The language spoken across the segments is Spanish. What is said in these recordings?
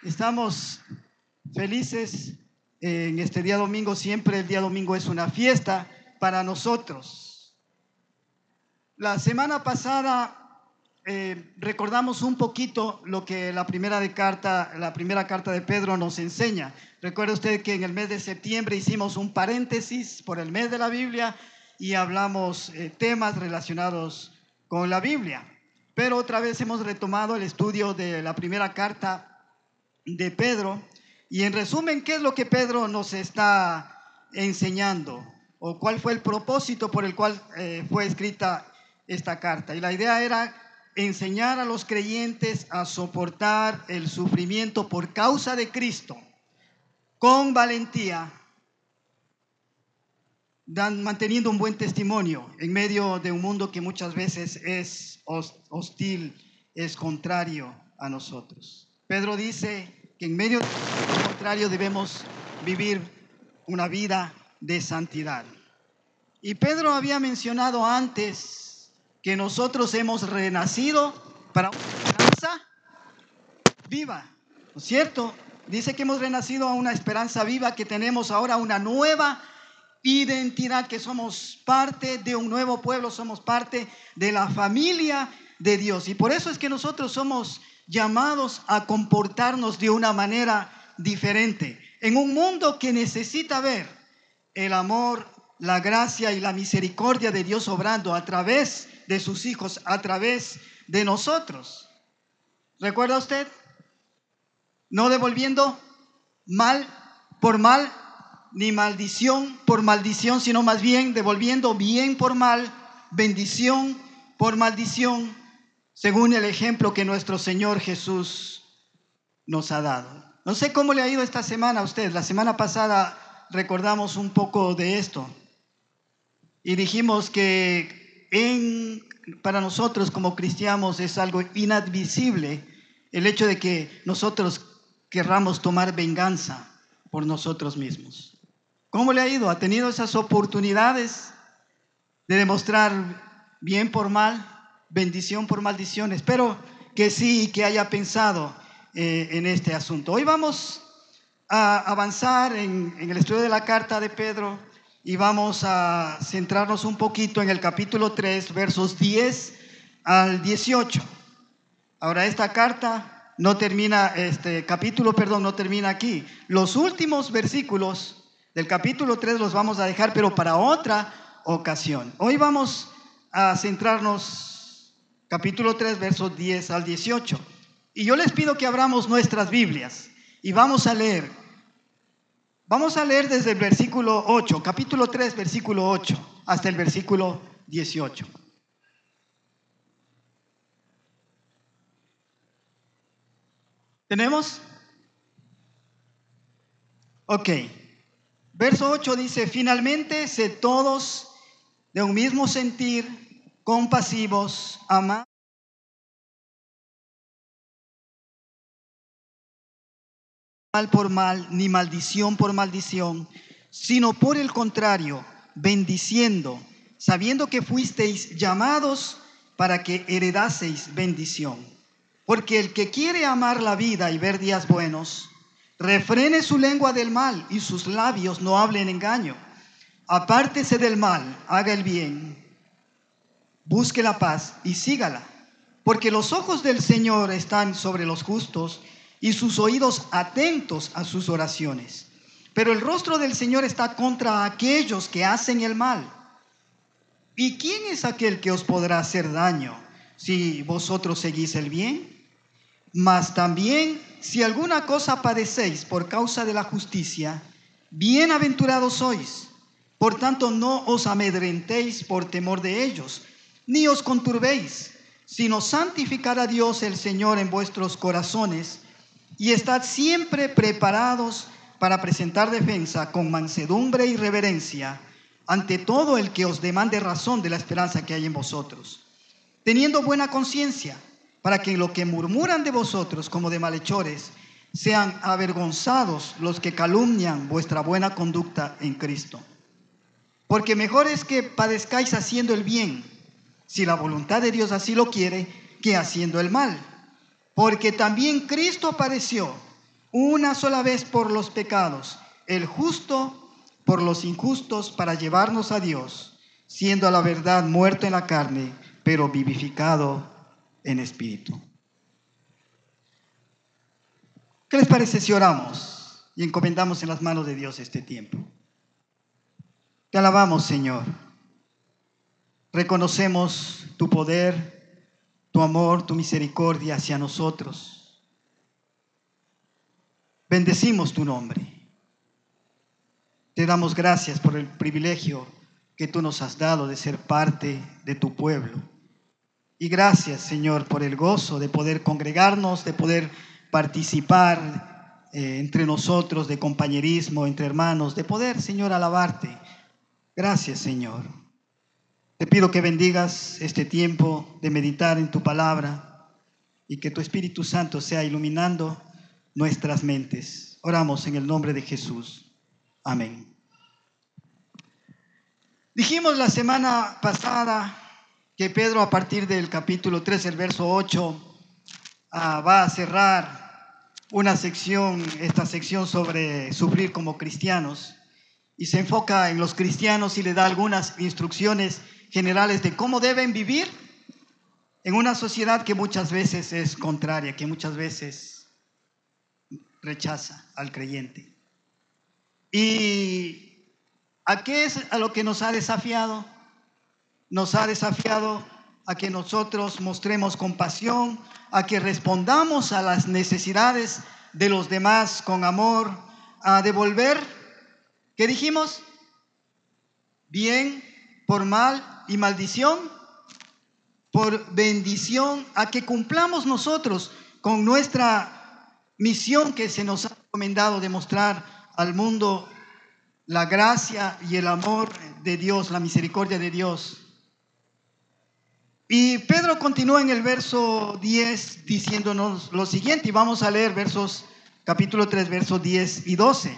Estamos felices en este día domingo. Siempre el día domingo es una fiesta para nosotros. La semana pasada recordamos un poquito lo que la primera carta de Pedro nos enseña. Recuerda usted que en el mes de septiembre hicimos un paréntesis por el mes de la Biblia y hablamos temas relacionados con la Biblia. Pero otra vez hemos retomado el estudio de la primera carta de Pedro. Y en resumen, ¿qué es lo que Pedro nos está enseñando? ¿O cuál fue el propósito por el cual fue escrita esta carta? Y la idea era enseñar a los creyentes a soportar el sufrimiento por causa de Cristo con valentía, manteniendo un buen testimonio en medio de un mundo que muchas veces es hostil, es contrario a nosotros. Pedro dice que en medio de lo contrario debemos vivir una vida de santidad. Y Pedro había mencionado antes que nosotros hemos renacido para una esperanza viva, ¿no es cierto? Dice que hemos renacido a una esperanza viva, que tenemos ahora una nueva identidad, que somos parte de un nuevo pueblo, somos parte de la familia de Dios. Y por eso es que nosotros somos llamados a comportarnos de una manera diferente en un mundo que necesita ver el amor, la gracia y la misericordia de Dios obrando a través de sus hijos, a través de nosotros. ¿Recuerda usted? No devolviendo mal por mal, ni maldición por maldición, sino más bien devolviendo bien por mal, bendición por maldición, según el ejemplo que nuestro Señor Jesús nos ha dado. No sé cómo le ha ido esta semana a usted. La semana pasada recordamos un poco de esto y dijimos que para nosotros como cristianos es algo inadmisible el hecho de que nosotros querramos tomar venganza por nosotros mismos. ¿Cómo le ha ido? ¿Ha tenido esas oportunidades de demostrar bien por mal, bendición por maldición? Espero que sí, que haya pensado en este asunto. Hoy vamos a avanzar en el estudio de la carta de Pedro y vamos a centrarnos un poquito en el capítulo 3, versos 10 al 18. Ahora, esta carta no termina, este capítulo, no termina aquí. Los últimos versículos del capítulo 3 los vamos a dejar, pero para otra ocasión. Hoy vamos a centrarnos, capítulo 3, versos 10 al 18. Y yo les pido que abramos nuestras Biblias y vamos a leer. Vamos a leer desde el versículo 8, capítulo 3, versículo 8, hasta el versículo 18. ¿Tenemos? Ok. Verso 8 dice: finalmente, sed todos de un mismo sentir, compasivos, amados, mal por mal, ni maldición por maldición, sino por el contrario, bendiciendo, sabiendo que fuisteis llamados para que heredaseis bendición. Porque el que quiere amar la vida y ver días buenos, refrene su lengua del mal y sus labios no hablen engaño. Apártese del mal, haga el bien, busque la paz y sígala. Porque los ojos del Señor están sobre los justos y sus oídos atentos a sus oraciones. Pero el rostro del Señor está contra aquellos que hacen el mal. ¿Y quién es aquel que os podrá hacer daño si vosotros seguís el bien? Mas también, si alguna cosa padecéis por causa de la justicia, bienaventurados sois. Por tanto, no os amedrentéis por temor de ellos, ni os conturbéis, sino santificad a Dios el Señor en vuestros corazones, y estad siempre preparados para presentar defensa con mansedumbre y reverencia ante todo el que os demande razón de la esperanza que hay en vosotros, teniendo buena conciencia, para que en lo que murmuran de vosotros como de malhechores, sean avergonzados los que calumnian vuestra buena conducta en Cristo. Porque mejor es que padezcáis haciendo el bien, si la voluntad de Dios así lo quiere, que haciendo el mal. Porque también Cristo padeció una sola vez por los pecados, el justo por los injustos, para llevarnos a Dios, siendo a la verdad muerto en la carne, pero vivificado en espíritu. ¿Qué les parece si oramos y encomendamos en las manos de Dios este tiempo? Te alabamos, Señor. Reconocemos tu poder, tu amor, tu misericordia hacia nosotros. Bendecimos tu nombre. Te damos gracias por el privilegio que tú nos has dado de ser parte de tu pueblo. Y gracias, Señor, por el gozo de poder congregarnos, de poder participar entre nosotros, de compañerismo entre hermanos, de poder, Señor, alabarte. Gracias, Señor. Te pido que bendigas este tiempo de meditar en tu palabra y que tu Espíritu Santo sea iluminando nuestras mentes. Oramos en el nombre de Jesús. Amén. Dijimos la semana pasada que Pedro, a partir del capítulo 3, el verso 8, va a cerrar esta sección sobre sufrir como cristianos, y se enfoca en los cristianos y le da algunas instrucciones generales de cómo deben vivir en una sociedad que muchas veces es contraria, que muchas veces rechaza al creyente. ¿Y a qué es a lo que nos ha desafiado? Nos ha desafiado a que nosotros mostremos compasión, a que respondamos a las necesidades de los demás con amor, a devolver, ¿qué dijimos? Bien por mal y maldición por bendición, a que cumplamos nosotros con nuestra misión que se nos ha encomendado de mostrar al mundo la gracia y el amor de Dios, la misericordia de Dios. Y Pedro continúa en el verso 10 diciéndonos lo siguiente, y vamos a leer capítulo 3, versos 10 y 12.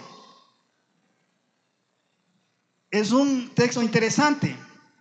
Es un texto interesante,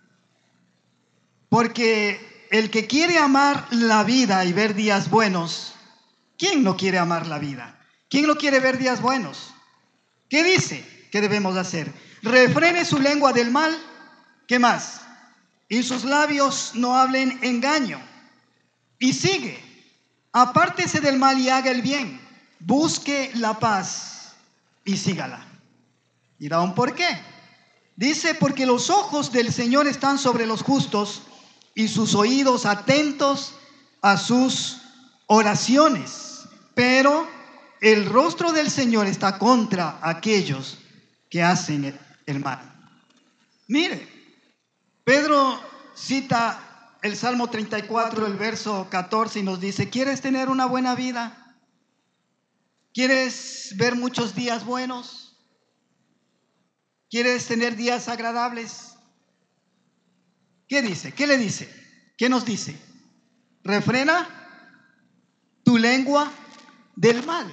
porque el que quiere amar la vida y ver días buenos, ¿quién no quiere amar la vida? ¿Quién no quiere ver días buenos? ¿Qué dice que debemos hacer? Refrene su lengua del mal. ¿Qué más? Y sus labios no hablen engaño. Y sigue, apártese del mal y haga el bien, busque la paz y sígala. ¿Y da un por qué? Dice, porque los ojos del Señor están sobre los justos y sus oídos atentos a sus oraciones, pero el rostro del Señor está contra aquellos que hacen el mal. Mire, Pedro cita el Salmo 34, el verso 14, y nos dice, ¿quieres tener una buena vida? ¿Quieres ver muchos días buenos? ¿Quieres tener días agradables? ¿Qué dice? ¿Qué le dice? ¿Qué nos dice? Refrena tu lengua del mal,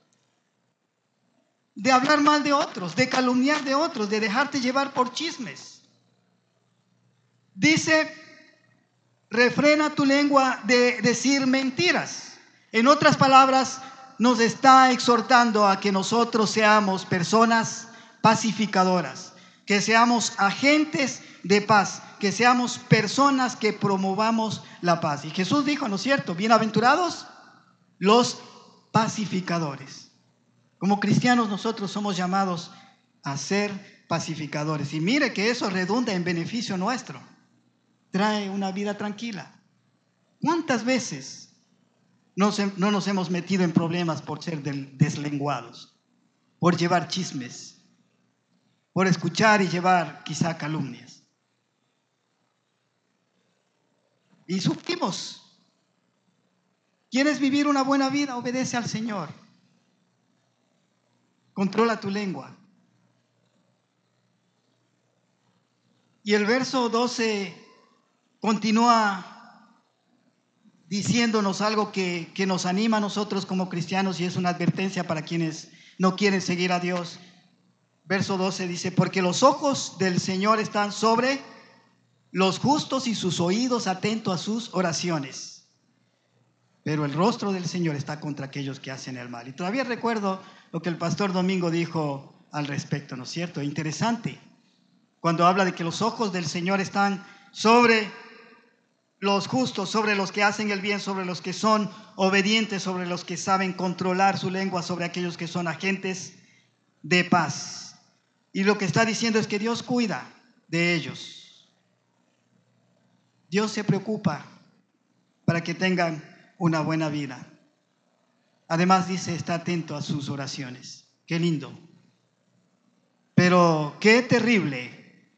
de hablar mal de otros, de calumniar de otros, de dejarte llevar por chismes. Dice, refrena tu lengua de decir mentiras. En otras palabras, nos está exhortando a que nosotros seamos personas pacificadoras, que seamos agentes de paz, que seamos personas que promovamos la paz. Y Jesús dijo, ¿no es cierto? Bienaventurados los pacificadores. Como cristianos nosotros somos llamados a ser pacificadores. Y mire que eso redunda en beneficio nuestro. Trae una vida tranquila. ¿Cuántas veces no nos hemos metido en problemas por ser deslenguados, por llevar chismes, por escuchar y llevar quizá calumnias? Y sufrimos. ¿Quieres vivir una buena vida? Obedece al Señor. Controla tu lengua. Y el verso 12 continúa diciéndonos algo que nos anima a nosotros como cristianos, y es una advertencia para quienes no quieren seguir a Dios. Verso 12 dice, porque los ojos del Señor están sobre los justos y sus oídos atentos a sus oraciones. pero el rostro del Señor está contra aquellos que hacen el mal. Y todavía recuerdo lo que el pastor Domingo dijo al respecto, ¿no es cierto? Interesante, cuando habla de que los ojos del Señor están sobre los justos, sobre los que hacen el bien, sobre los que son obedientes, sobre los que saben controlar su lengua, sobre aquellos que son agentes de paz. Y lo que está diciendo es que Dios cuida de ellos. Dios se preocupa para que tengan una buena vida. Además dice, está atento a sus oraciones. Qué lindo. Pero qué terrible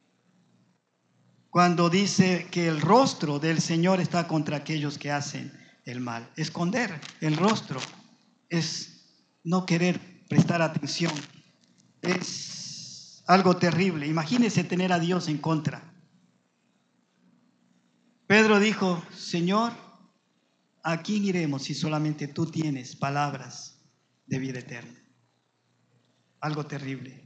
cuando dice que el rostro del Señor está contra aquellos que hacen el mal. Esconder el rostro es no querer prestar atención. Es algo terrible. Imagínese tener a Dios en contra. Pedro dijo, Señor, ¿a quién iremos si solamente tú tienes palabras de vida eterna? Algo terrible.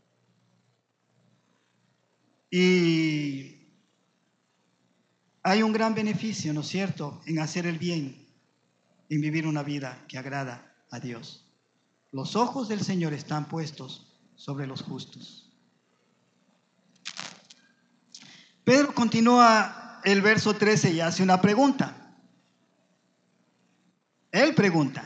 Y hay un gran beneficio, ¿no es cierto?, en hacer el bien, en vivir una vida que agrada a Dios. Los ojos del Señor están puestos sobre los justos. Pedro continúa el verso 13 y hace una pregunta. Él pregunta,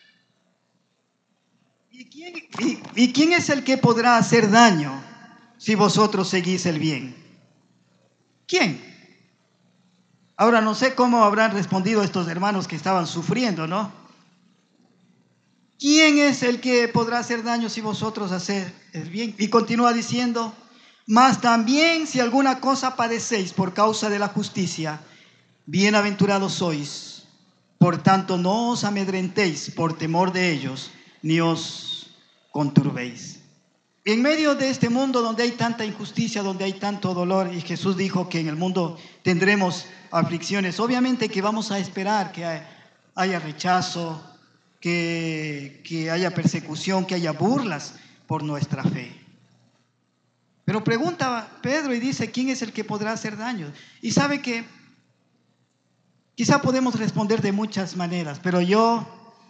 ¿y quién es el que podrá hacer daño si vosotros seguís el bien? ¿Quién? Ahora no sé cómo habrán respondido estos hermanos que estaban sufriendo, ¿no? ¿Quién es el que podrá hacer daño si vosotros hacéis el bien? Y continúa diciendo, mas también si alguna cosa padecéis por causa de la justicia, bienaventurados sois. Por tanto, no os amedrentéis por temor de ellos, ni os conturbéis. En medio de este mundo donde hay tanta injusticia, donde hay tanto dolor, y Jesús dijo que en el mundo tendremos aflicciones, obviamente que vamos a esperar que haya rechazo, que haya persecución, que haya burlas por nuestra fe. Pero pregunta Pedro y dice, ¿quién es el que podrá hacer daño? Y sabe que quizá podemos responder de muchas maneras, pero yo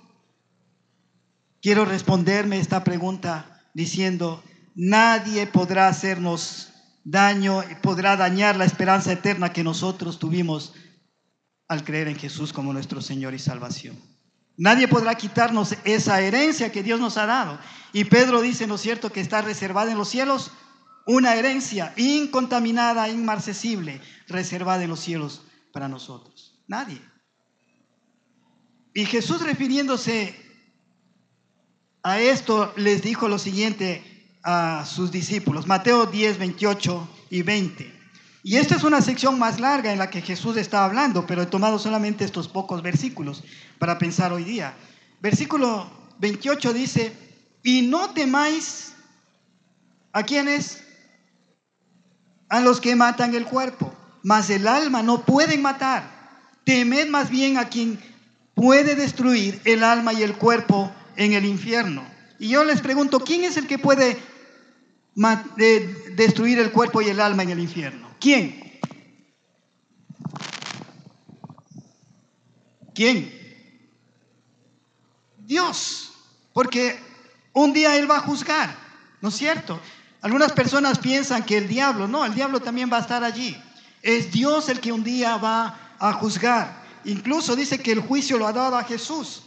quiero responderme esta pregunta diciendo, nadie podrá hacernos daño y podrá dañar la esperanza eterna que nosotros tuvimos al creer en Jesús como nuestro Señor y Salvación. Nadie podrá quitarnos esa herencia que Dios nos ha dado. Y Pedro dice, ¿no es cierto?, que está reservada en los cielos una herencia incontaminada, inmarcesible, reservada en los cielos para nosotros. Nadie. Y Jesús, refiriéndose a esto, les dijo lo siguiente a sus discípulos. Mateo 10, 28 y 20. Y esta es una sección más larga en la que Jesús está hablando, pero he tomado solamente estos pocos versículos para pensar hoy día. Versículo 28 dice, y no temáis, ¿a quiénes? A los que matan el cuerpo, mas el alma no pueden matar. Temed más bien a quien puede destruir el alma y el cuerpo en el infierno. Y yo les pregunto, ¿quién es el que puede destruir el cuerpo y el alma en el infierno? ¿Quién? ¿Quién? Dios. Porque un día Él va a juzgar, ¿no es cierto? Algunas personas piensan que el diablo también va a estar allí. Es Dios el que un día va a juzgar. Incluso dice que el juicio lo ha dado a Jesús.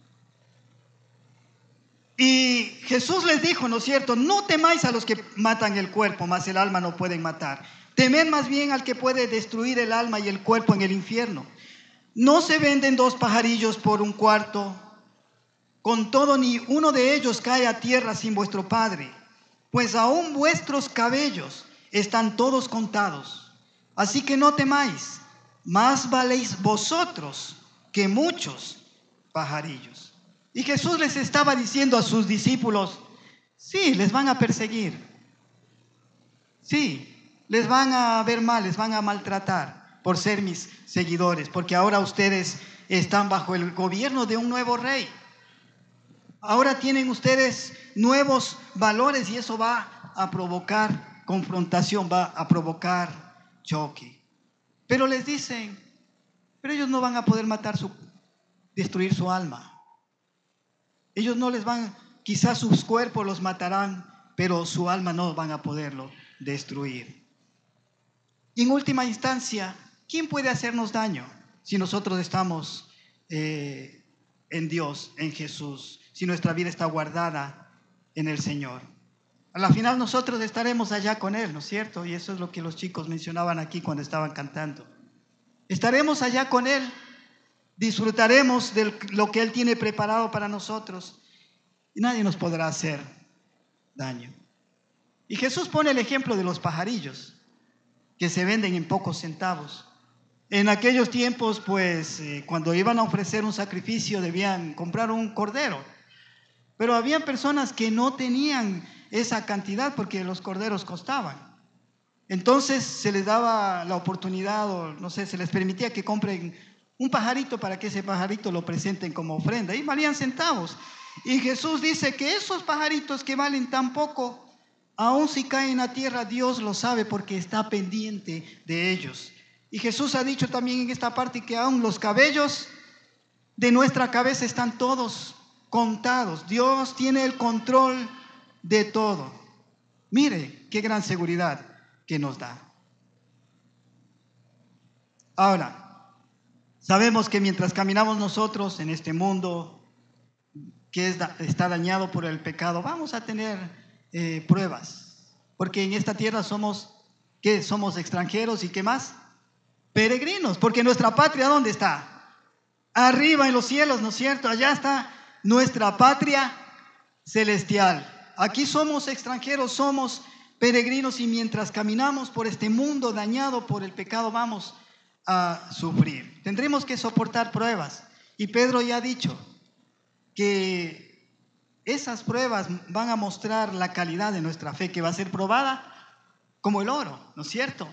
Y Jesús les dijo, ¿no es cierto?, no temáis a los que matan el cuerpo, mas el alma no pueden matar. Temed más bien al que puede destruir el alma y el cuerpo en el infierno. No se venden dos pajarillos por un cuarto. Con todo, ni uno de ellos cae a tierra sin vuestro Padre. Pues aún vuestros cabellos están todos contados. Así que no temáis, más valéis vosotros que muchos pajarillos. Y Jesús les estaba diciendo a sus discípulos, sí, les van a perseguir. Sí, les van a ver mal, les van a maltratar por ser mis seguidores, porque ahora ustedes están bajo el gobierno de un nuevo rey. Ahora tienen ustedes nuevos valores y eso va a provocar confrontación, va a provocar choque. Pero les dicen, pero ellos no van a poder matar destruir su alma. Ellos no les van, quizás sus cuerpos los matarán, pero su alma no van a poderlo destruir. Y en última instancia, ¿quién puede hacernos daño si nosotros estamos en Dios, en Jesús, si nuestra vida está guardada en el Señor? A la final nosotros estaremos allá con Él, ¿no es cierto? Y eso es lo que los chicos mencionaban aquí cuando estaban cantando. Estaremos allá con Él, disfrutaremos de lo que Él tiene preparado para nosotros y nadie nos podrá hacer daño. Y Jesús pone el ejemplo de los pajarillos que se venden en pocos centavos. En aquellos tiempos, pues, cuando iban a ofrecer un sacrificio debían comprar un cordero, pero había personas que no tenían esa cantidad porque los corderos costaban. Entonces se les daba la oportunidad, o no sé, se les permitía que compren un pajarito para que ese pajarito lo presenten como ofrenda, y valían centavos. Y Jesús dice que esos pajaritos que valen tan poco, aun si caen a tierra, Dios lo sabe porque está pendiente de ellos. Y Jesús ha dicho también en esta parte que aun los cabellos de nuestra cabeza están todos contados. Dios tiene el control de todo. Mire qué gran seguridad que nos da. Ahora, sabemos que mientras caminamos nosotros en este mundo que está dañado por el pecado, vamos a tener pruebas, porque en esta tierra somos extranjeros y ¿qué más? Peregrinos, porque nuestra patria ¿dónde está? Arriba en los cielos, ¿no es cierto? Allá está nuestra patria celestial. Aquí somos extranjeros, somos peregrinos, y mientras caminamos por este mundo dañado por el pecado vamos a sufrir. Tendremos que soportar pruebas, y Pedro ya ha dicho que esas pruebas van a mostrar la calidad de nuestra fe, que va a ser probada como el oro, ¿no es cierto?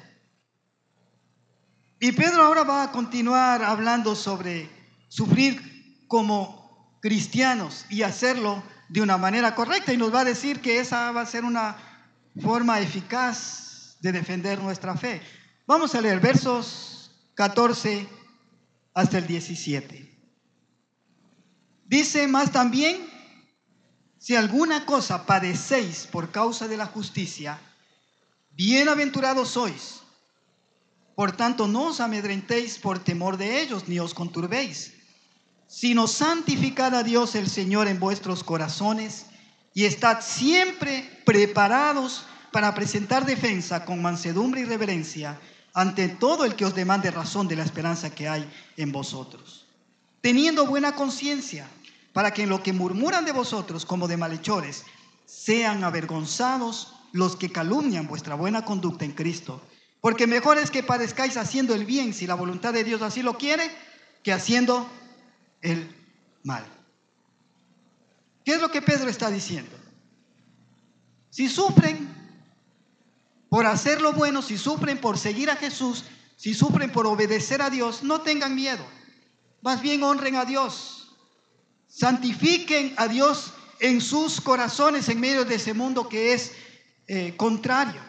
Y Pedro ahora va a continuar hablando sobre sufrir como cristianos y hacerlo de una manera correcta, y nos va a decir que esa va a ser una forma eficaz de defender nuestra fe. Vamos a leer versos 14 hasta el 17. Dice: mas también, si alguna cosa padecéis por causa de la justicia, bienaventurados sois. Por tanto, no os amedrentéis por temor de ellos, ni os conturbéis, sino santificad a Dios el Señor en vuestros corazones, y estad siempre preparados para presentar defensa con mansedumbre y reverencia ante todo el que os demande razón de la esperanza que hay en vosotros, teniendo buena conciencia, para que en lo que murmuran de vosotros como de malhechores sean avergonzados los que calumnian vuestra buena conducta en Cristo. Porque mejor es que padezcáis haciendo el bien, si la voluntad de Dios así lo quiere, que haciendo el mal. ¿Qué es lo que Pedro está diciendo? Si sufren por hacer lo bueno, si sufren por seguir a Jesús, si sufren por obedecer a Dios, no tengan miedo. Más bien honren a Dios. Santifiquen a Dios en sus corazones en medio de ese mundo que es contrario.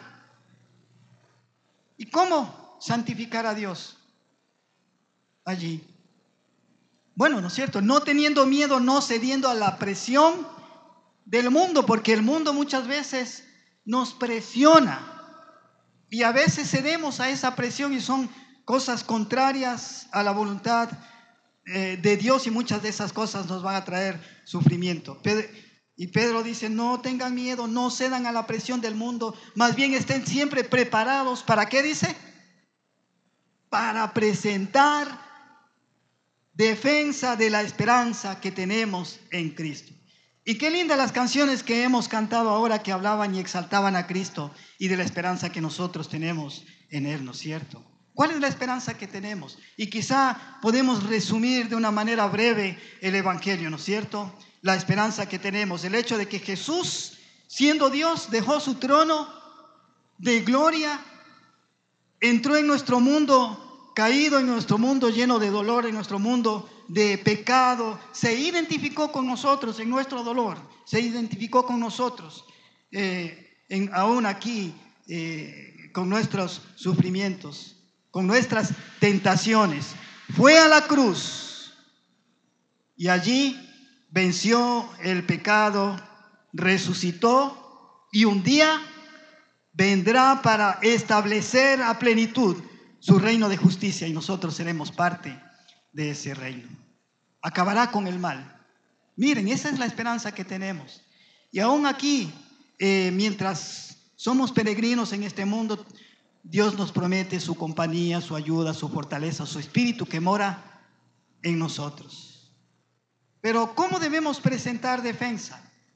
¿Y cómo santificar a Dios allí? Bueno, ¿no es cierto? No teniendo miedo, no cediendo a la presión del mundo, porque el mundo muchas veces nos presiona y a veces cedemos a esa presión y son cosas contrarias a la voluntad de Dios, y muchas de esas cosas nos van a traer sufrimiento. Y Pedro dice: no tengan miedo, no cedan a la presión del mundo, más bien estén siempre preparados. ¿Para qué dice? Para presentar defensa de la esperanza que tenemos en Cristo. Y qué lindas las canciones que hemos cantado ahora, que hablaban y exaltaban a Cristo y de la esperanza que nosotros tenemos en Él, ¿no es cierto? ¿Cuál es la esperanza que tenemos? Y quizá podemos resumir de una manera breve el Evangelio, ¿no es cierto? La esperanza que tenemos, el hecho de que Jesús, siendo Dios, dejó su trono de gloria, entró en nuestro mundo caído, en nuestro mundo lleno de dolor, en nuestro mundo de pecado, se identificó con nosotros en nuestro dolor, se identificó con nosotros aún aquí con nuestros sufrimientos, con nuestras tentaciones. Fue a la cruz y allí venció el pecado, resucitó y un día vendrá para establecer a plenitud su reino de justicia y nosotros seremos parte de ese reino. Acabará con el mal. Miren, esa es la esperanza que tenemos. Y aún aquí, mientras somos peregrinos en este mundo, Dios nos promete su compañía, su ayuda, su fortaleza, su espíritu que mora en nosotros. Pero ¿cómo debemos presentar defensa?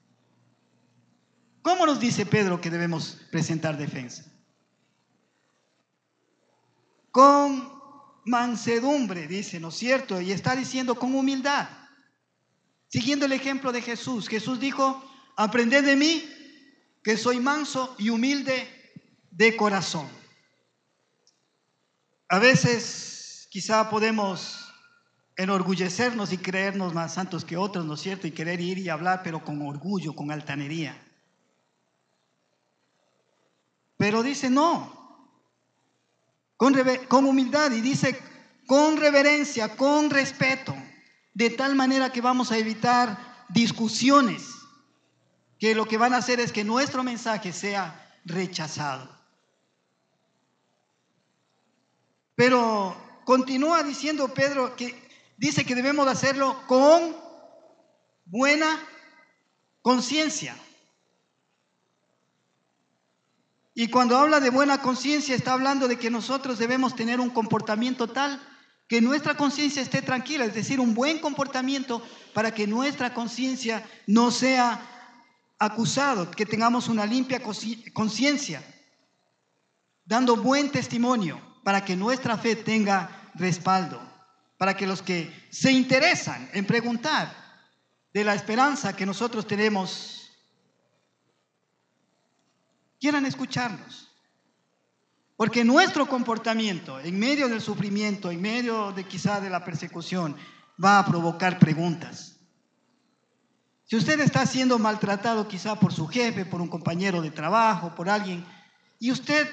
¿Cómo nos dice Pedro que debemos presentar defensa? Con mansedumbre, dice, ¿no es cierto? Y está diciendo con humildad. Siguiendo el ejemplo de Jesús. Jesús dijo, aprended de mí, que soy manso y humilde de corazón. A veces quizá podemos enorgullecernos y creernos más santos que otros, ¿no es cierto? Y querer ir y hablar, pero con orgullo, con altanería. Pero dice no, con humildad, y dice con reverencia, con respeto, de tal manera que vamos a evitar discusiones que lo que van a hacer es que nuestro mensaje sea rechazado. Pero continúa diciendo Pedro que dice que debemos hacerlo con buena conciencia. Y cuando habla de buena conciencia está hablando de que nosotros debemos tener un comportamiento tal que nuestra conciencia esté tranquila, es decir, un buen comportamiento para que nuestra conciencia no sea acusado, que tengamos una limpia conciencia, dando buen testimonio para que nuestra fe tenga respaldo, para que los que se interesan en preguntar de la esperanza que nosotros tenemos quieran escucharnos. Porque nuestro comportamiento en medio del sufrimiento, en medio de quizá de la persecución, va a provocar preguntas. Si usted está siendo maltratado quizá por su jefe, por un compañero de trabajo, por alguien, y usted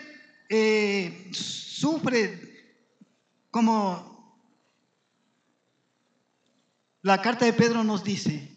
sufre como la carta de Pedro nos dice,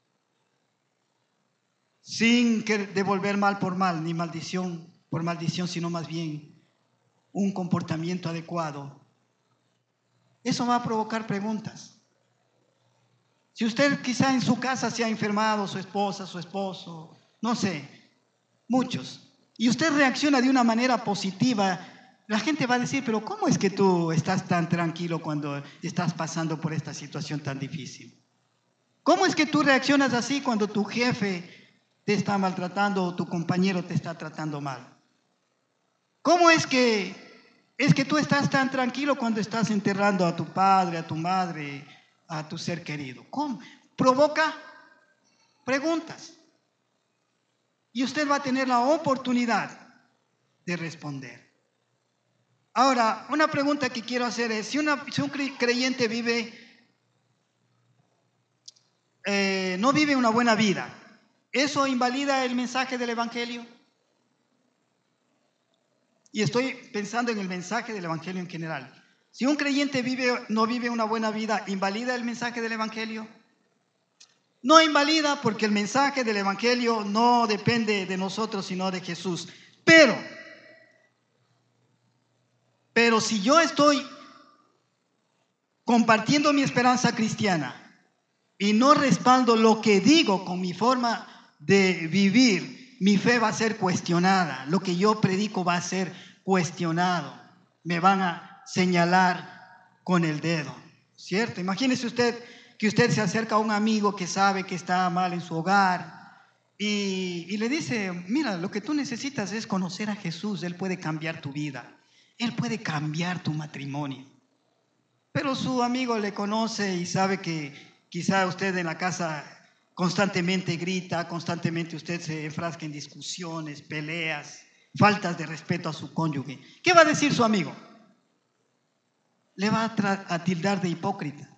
sin devolver mal por mal, ni maldición por maldición, sino más bien un comportamiento adecuado, eso va a provocar preguntas. Si usted quizá en su casa se ha enfermado, su esposa, su esposo, no sé, muchos, y usted reacciona de una manera positiva, la gente va a decir, pero ¿cómo es que tú estás tan tranquilo cuando estás pasando por esta situación tan difícil? ¿Cómo es que tú reaccionas así cuando tu jefe te está maltratando o tu compañero te está tratando mal? ¿Cómo es que tú estás tan tranquilo cuando estás enterrando a tu padre, a tu madre, a tu ser querido? ¿Cómo? Provoca preguntas. Y usted va a tener la oportunidad de responder. Ahora, una pregunta que quiero hacer es, si un creyente no vive una buena vida, ¿eso invalida el mensaje del Evangelio? Y estoy pensando en el mensaje del Evangelio en general. Si un creyente no vive una buena vida, ¿invalida el mensaje del Evangelio? No invalida, porque el mensaje del Evangelio no depende de nosotros, sino de Jesús. Pero si yo estoy compartiendo mi esperanza cristiana y no respaldo lo que digo con mi forma de vivir, mi fe va a ser cuestionada. Lo que yo predico va a ser cuestionado. Me van a señalar con el dedo, ¿cierto? Imagínese usted que usted se acerca a un amigo que sabe que está mal en su hogar y le dice, mira, lo que tú necesitas es conocer a Jesús. Él puede cambiar tu vida. Él puede cambiar tu matrimonio. Pero su amigo le conoce y sabe que quizá usted en la casa constantemente grita, constantemente usted se enfrasca en discusiones, peleas, faltas de respeto a su cónyuge. ¿Qué va a decir su amigo? Le va a tildar de hipócrita.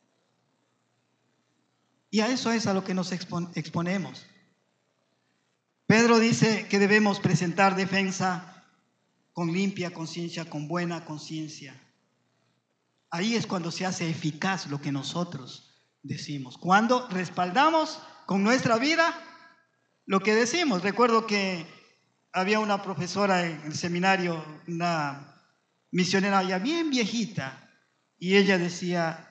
Y a eso es a lo que nos exponemos. Pedro dice que debemos presentar defensa con limpia conciencia, con buena conciencia. Ahí es cuando se hace eficaz lo que nosotros decimos, cuando respaldamos con nuestra vida lo que decimos. Recuerdo que había una profesora en el seminario, una misionera ya bien viejita, y ella decía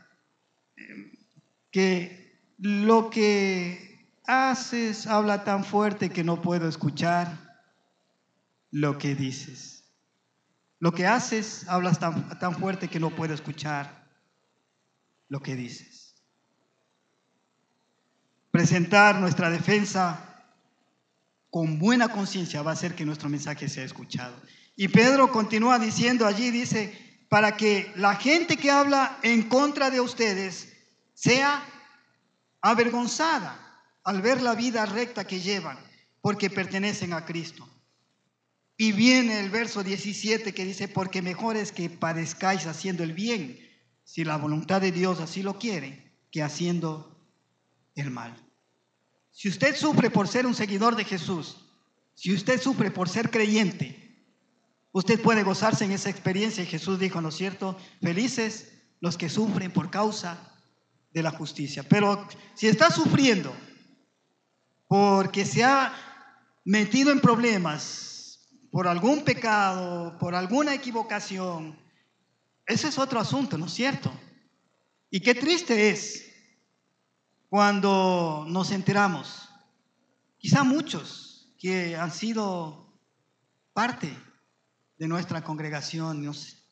que lo que haces habla tan fuerte que no puedo escuchar lo que dices. Lo que haces hablas tan fuerte que no puedo escuchar lo que dices. Presentar nuestra defensa con buena conciencia va a hacer que nuestro mensaje sea escuchado. Y Pedro continúa diciendo allí, dice, para que la gente que habla en contra de ustedes sea avergonzada al ver la vida recta que llevan, porque pertenecen a Cristo. Y viene el verso 17 que dice, porque mejor es que padezcáis haciendo el bien, si la voluntad de Dios así lo quiere, que haciendo el mal. Si usted sufre por ser un seguidor de Jesús, si usted sufre por ser creyente, usted puede gozarse en esa experiencia. Y Jesús dijo, ¿no es cierto? Felices los que sufren por causa de la justicia. Pero si está sufriendo porque se ha metido en problemas, por algún pecado, por alguna equivocación, ese es otro asunto, ¿no es cierto? Y qué triste es cuando nos enteramos, quizá muchos que han sido parte de nuestra congregación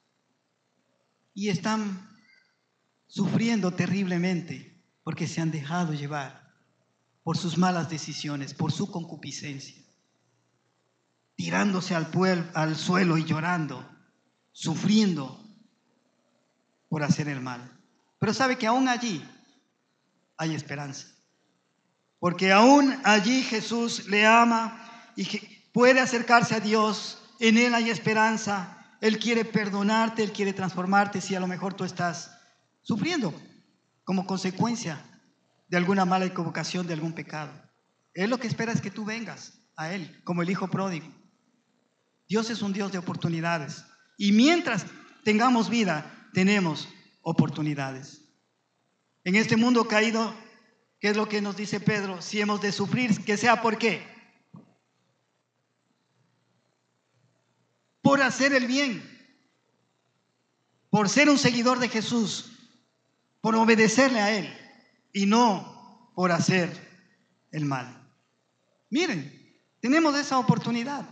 y están sufriendo terriblemente porque se han dejado llevar por sus malas decisiones, por su concupiscencia, tirándose al suelo y llorando, sufriendo por hacer el mal. Pero sabe que aún allí hay esperanza, porque aún allí Jesús le ama y puede acercarse a Dios. En Él hay esperanza. Él quiere perdonarte, Él quiere transformarte si a lo mejor tú estás sufriendo como consecuencia de alguna mala equivocación, de algún pecado. Él lo que espera es que tú vengas a Él, como el hijo pródigo. Dios es un Dios de oportunidades. Y mientras tengamos vida, tenemos oportunidades. En este mundo caído, ¿qué es lo que nos dice Pedro? Si hemos de sufrir, que sea ¿por qué? Por hacer el bien, por ser un seguidor de Jesús, por obedecerle a Él y no por hacer el mal. Miren, tenemos esa oportunidad.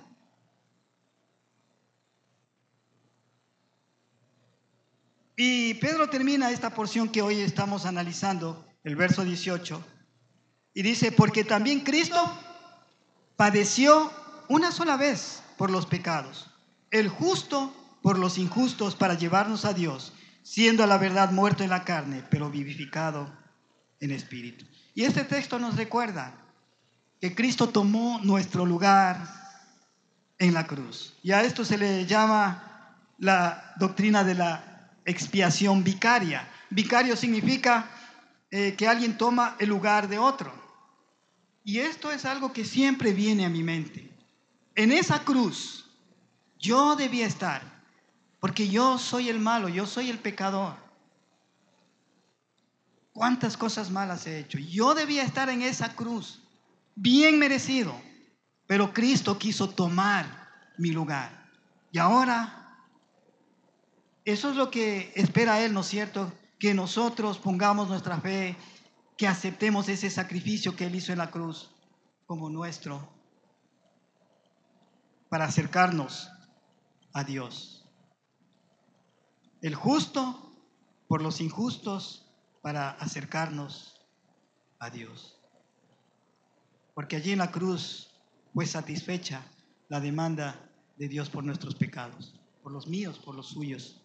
Y Pedro termina esta porción que hoy estamos analizando, el verso 18, y dice, porque también Cristo padeció una sola vez por los pecados, el justo por los injustos, para llevarnos a Dios, siendo a la verdad muerto en la carne, pero vivificado en espíritu. Y este texto nos recuerda que Cristo tomó nuestro lugar en la cruz. Y a esto se le llama la doctrina de la expiación vicaria. Vicario significa que alguien toma el lugar de otro. Y esto es algo que siempre viene a mi mente. En esa cruz yo debía estar, porque yo soy el malo, yo soy el pecador. ¿Cuántas cosas malas he hecho? Yo debía estar en esa cruz, bien merecido, pero Cristo quiso tomar mi lugar. Y ahora, eso es lo que espera Él, ¿no es cierto? Que nosotros pongamos nuestra fe, que aceptemos ese sacrificio que Él hizo en la cruz como nuestro, para acercarnos a Dios. El justo por los injustos, para acercarnos a Dios. Porque allí en la cruz fue satisfecha la demanda de Dios por nuestros pecados, por los míos, por los suyos.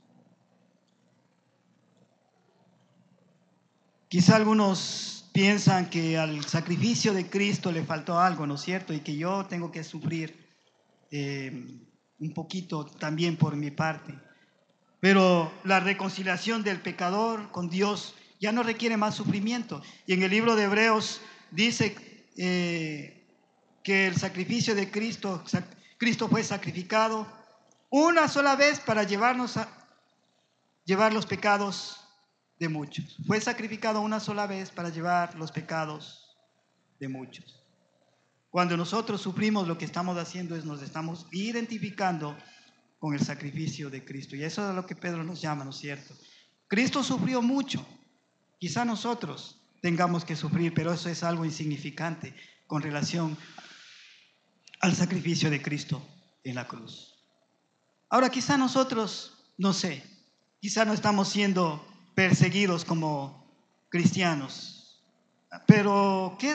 Quizá algunos piensan que al sacrificio de Cristo le faltó algo, ¿no es cierto? Y que yo tengo que sufrir un poquito también por mi parte. Pero la reconciliación del pecador con Dios ya no requiere más sufrimiento. Y en el libro de Hebreos dice que el sacrificio de Cristo fue sacrificado una sola vez para llevar los pecados de muchos. Fue sacrificado una sola vez para llevar los pecados de muchos. Cuando nosotros sufrimos, lo que estamos haciendo es nos estamos identificando con el sacrificio de Cristo. Y eso es lo que Pedro nos llama, ¿no es cierto? Cristo sufrió mucho. Quizá nosotros tengamos que sufrir, pero eso es algo insignificante con relación al sacrificio de Cristo en la cruz. Ahora, quizá nosotros, no sé, quizá no estamos siendo perseguidos como cristianos, pero ¿a qué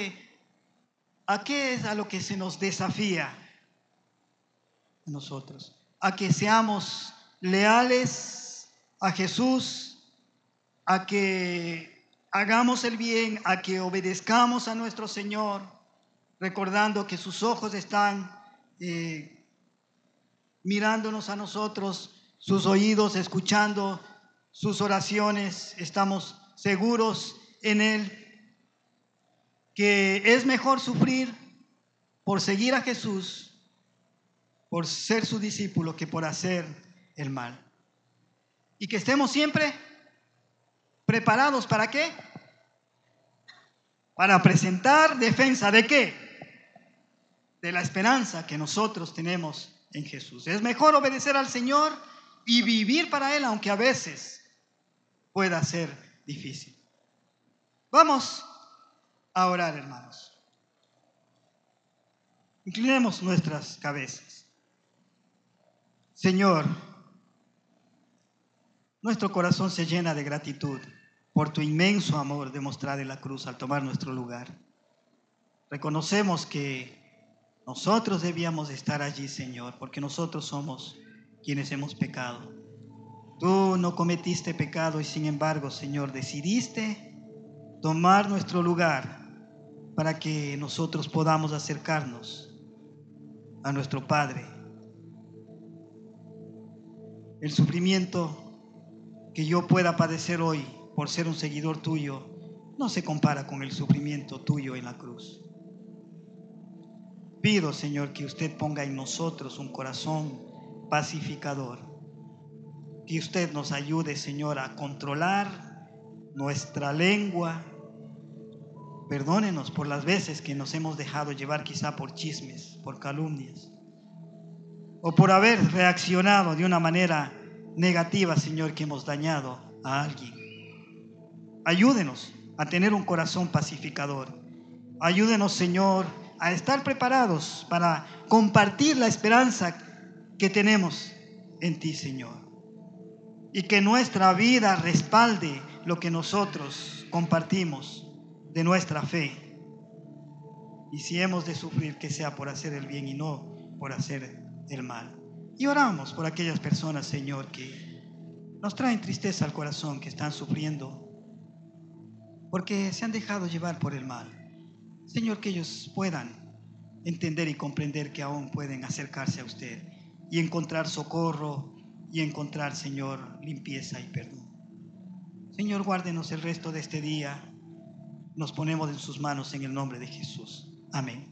es a lo que se nos desafía a nosotros? A que seamos leales a Jesús, a que hagamos el bien, a que obedezcamos a nuestro Señor, recordando que sus ojos están mirándonos a nosotros, sus oídos escuchando sus oraciones, estamos seguros en Él, que es mejor sufrir por seguir a Jesús, por ser su discípulo, que por hacer el mal. Y que estemos siempre preparados, ¿para qué? Para presentar defensa ¿de qué? De la esperanza que nosotros tenemos en Jesús. Es mejor obedecer al Señor y vivir para Él, aunque a veces pueda ser difícil. Vamos a orar, hermanos. Inclinemos nuestras cabezas. Señor, nuestro corazón se llena de gratitud por tu inmenso amor demostrado en la cruz al tomar nuestro lugar. Reconocemos que nosotros debíamos estar allí, Señor, porque nosotros somos quienes hemos pecado. Tú no cometiste pecado y sin embargo, Señor, decidiste tomar nuestro lugar para que nosotros podamos acercarnos a nuestro Padre. El sufrimiento que yo pueda padecer hoy por ser un seguidor tuyo no se compara con el sufrimiento tuyo en la cruz. Pido, Señor, que usted ponga en nosotros un corazón pacificador. Que usted nos ayude, Señor, a controlar nuestra lengua. Perdónenos por las veces que nos hemos dejado llevar quizá por chismes, por calumnias, o por haber reaccionado de una manera negativa, Señor, que hemos dañado a alguien. Ayúdenos a tener un corazón pacificador. Ayúdenos, Señor, a estar preparados para compartir la esperanza que tenemos en ti, Señor. Y que nuestra vida respalde lo que nosotros compartimos de nuestra fe. Y si hemos de sufrir, que sea por hacer el bien y no por hacer el mal. Y oramos por aquellas personas, Señor, que nos traen tristeza al corazón, que están sufriendo porque se han dejado llevar por el mal. Señor, que ellos puedan entender y comprender que aún pueden acercarse a usted y encontrar socorro y encontrar, Señor, limpieza y perdón. Señor, guárdenos el resto de este día. Nos ponemos en sus manos en el nombre de Jesús. Amén.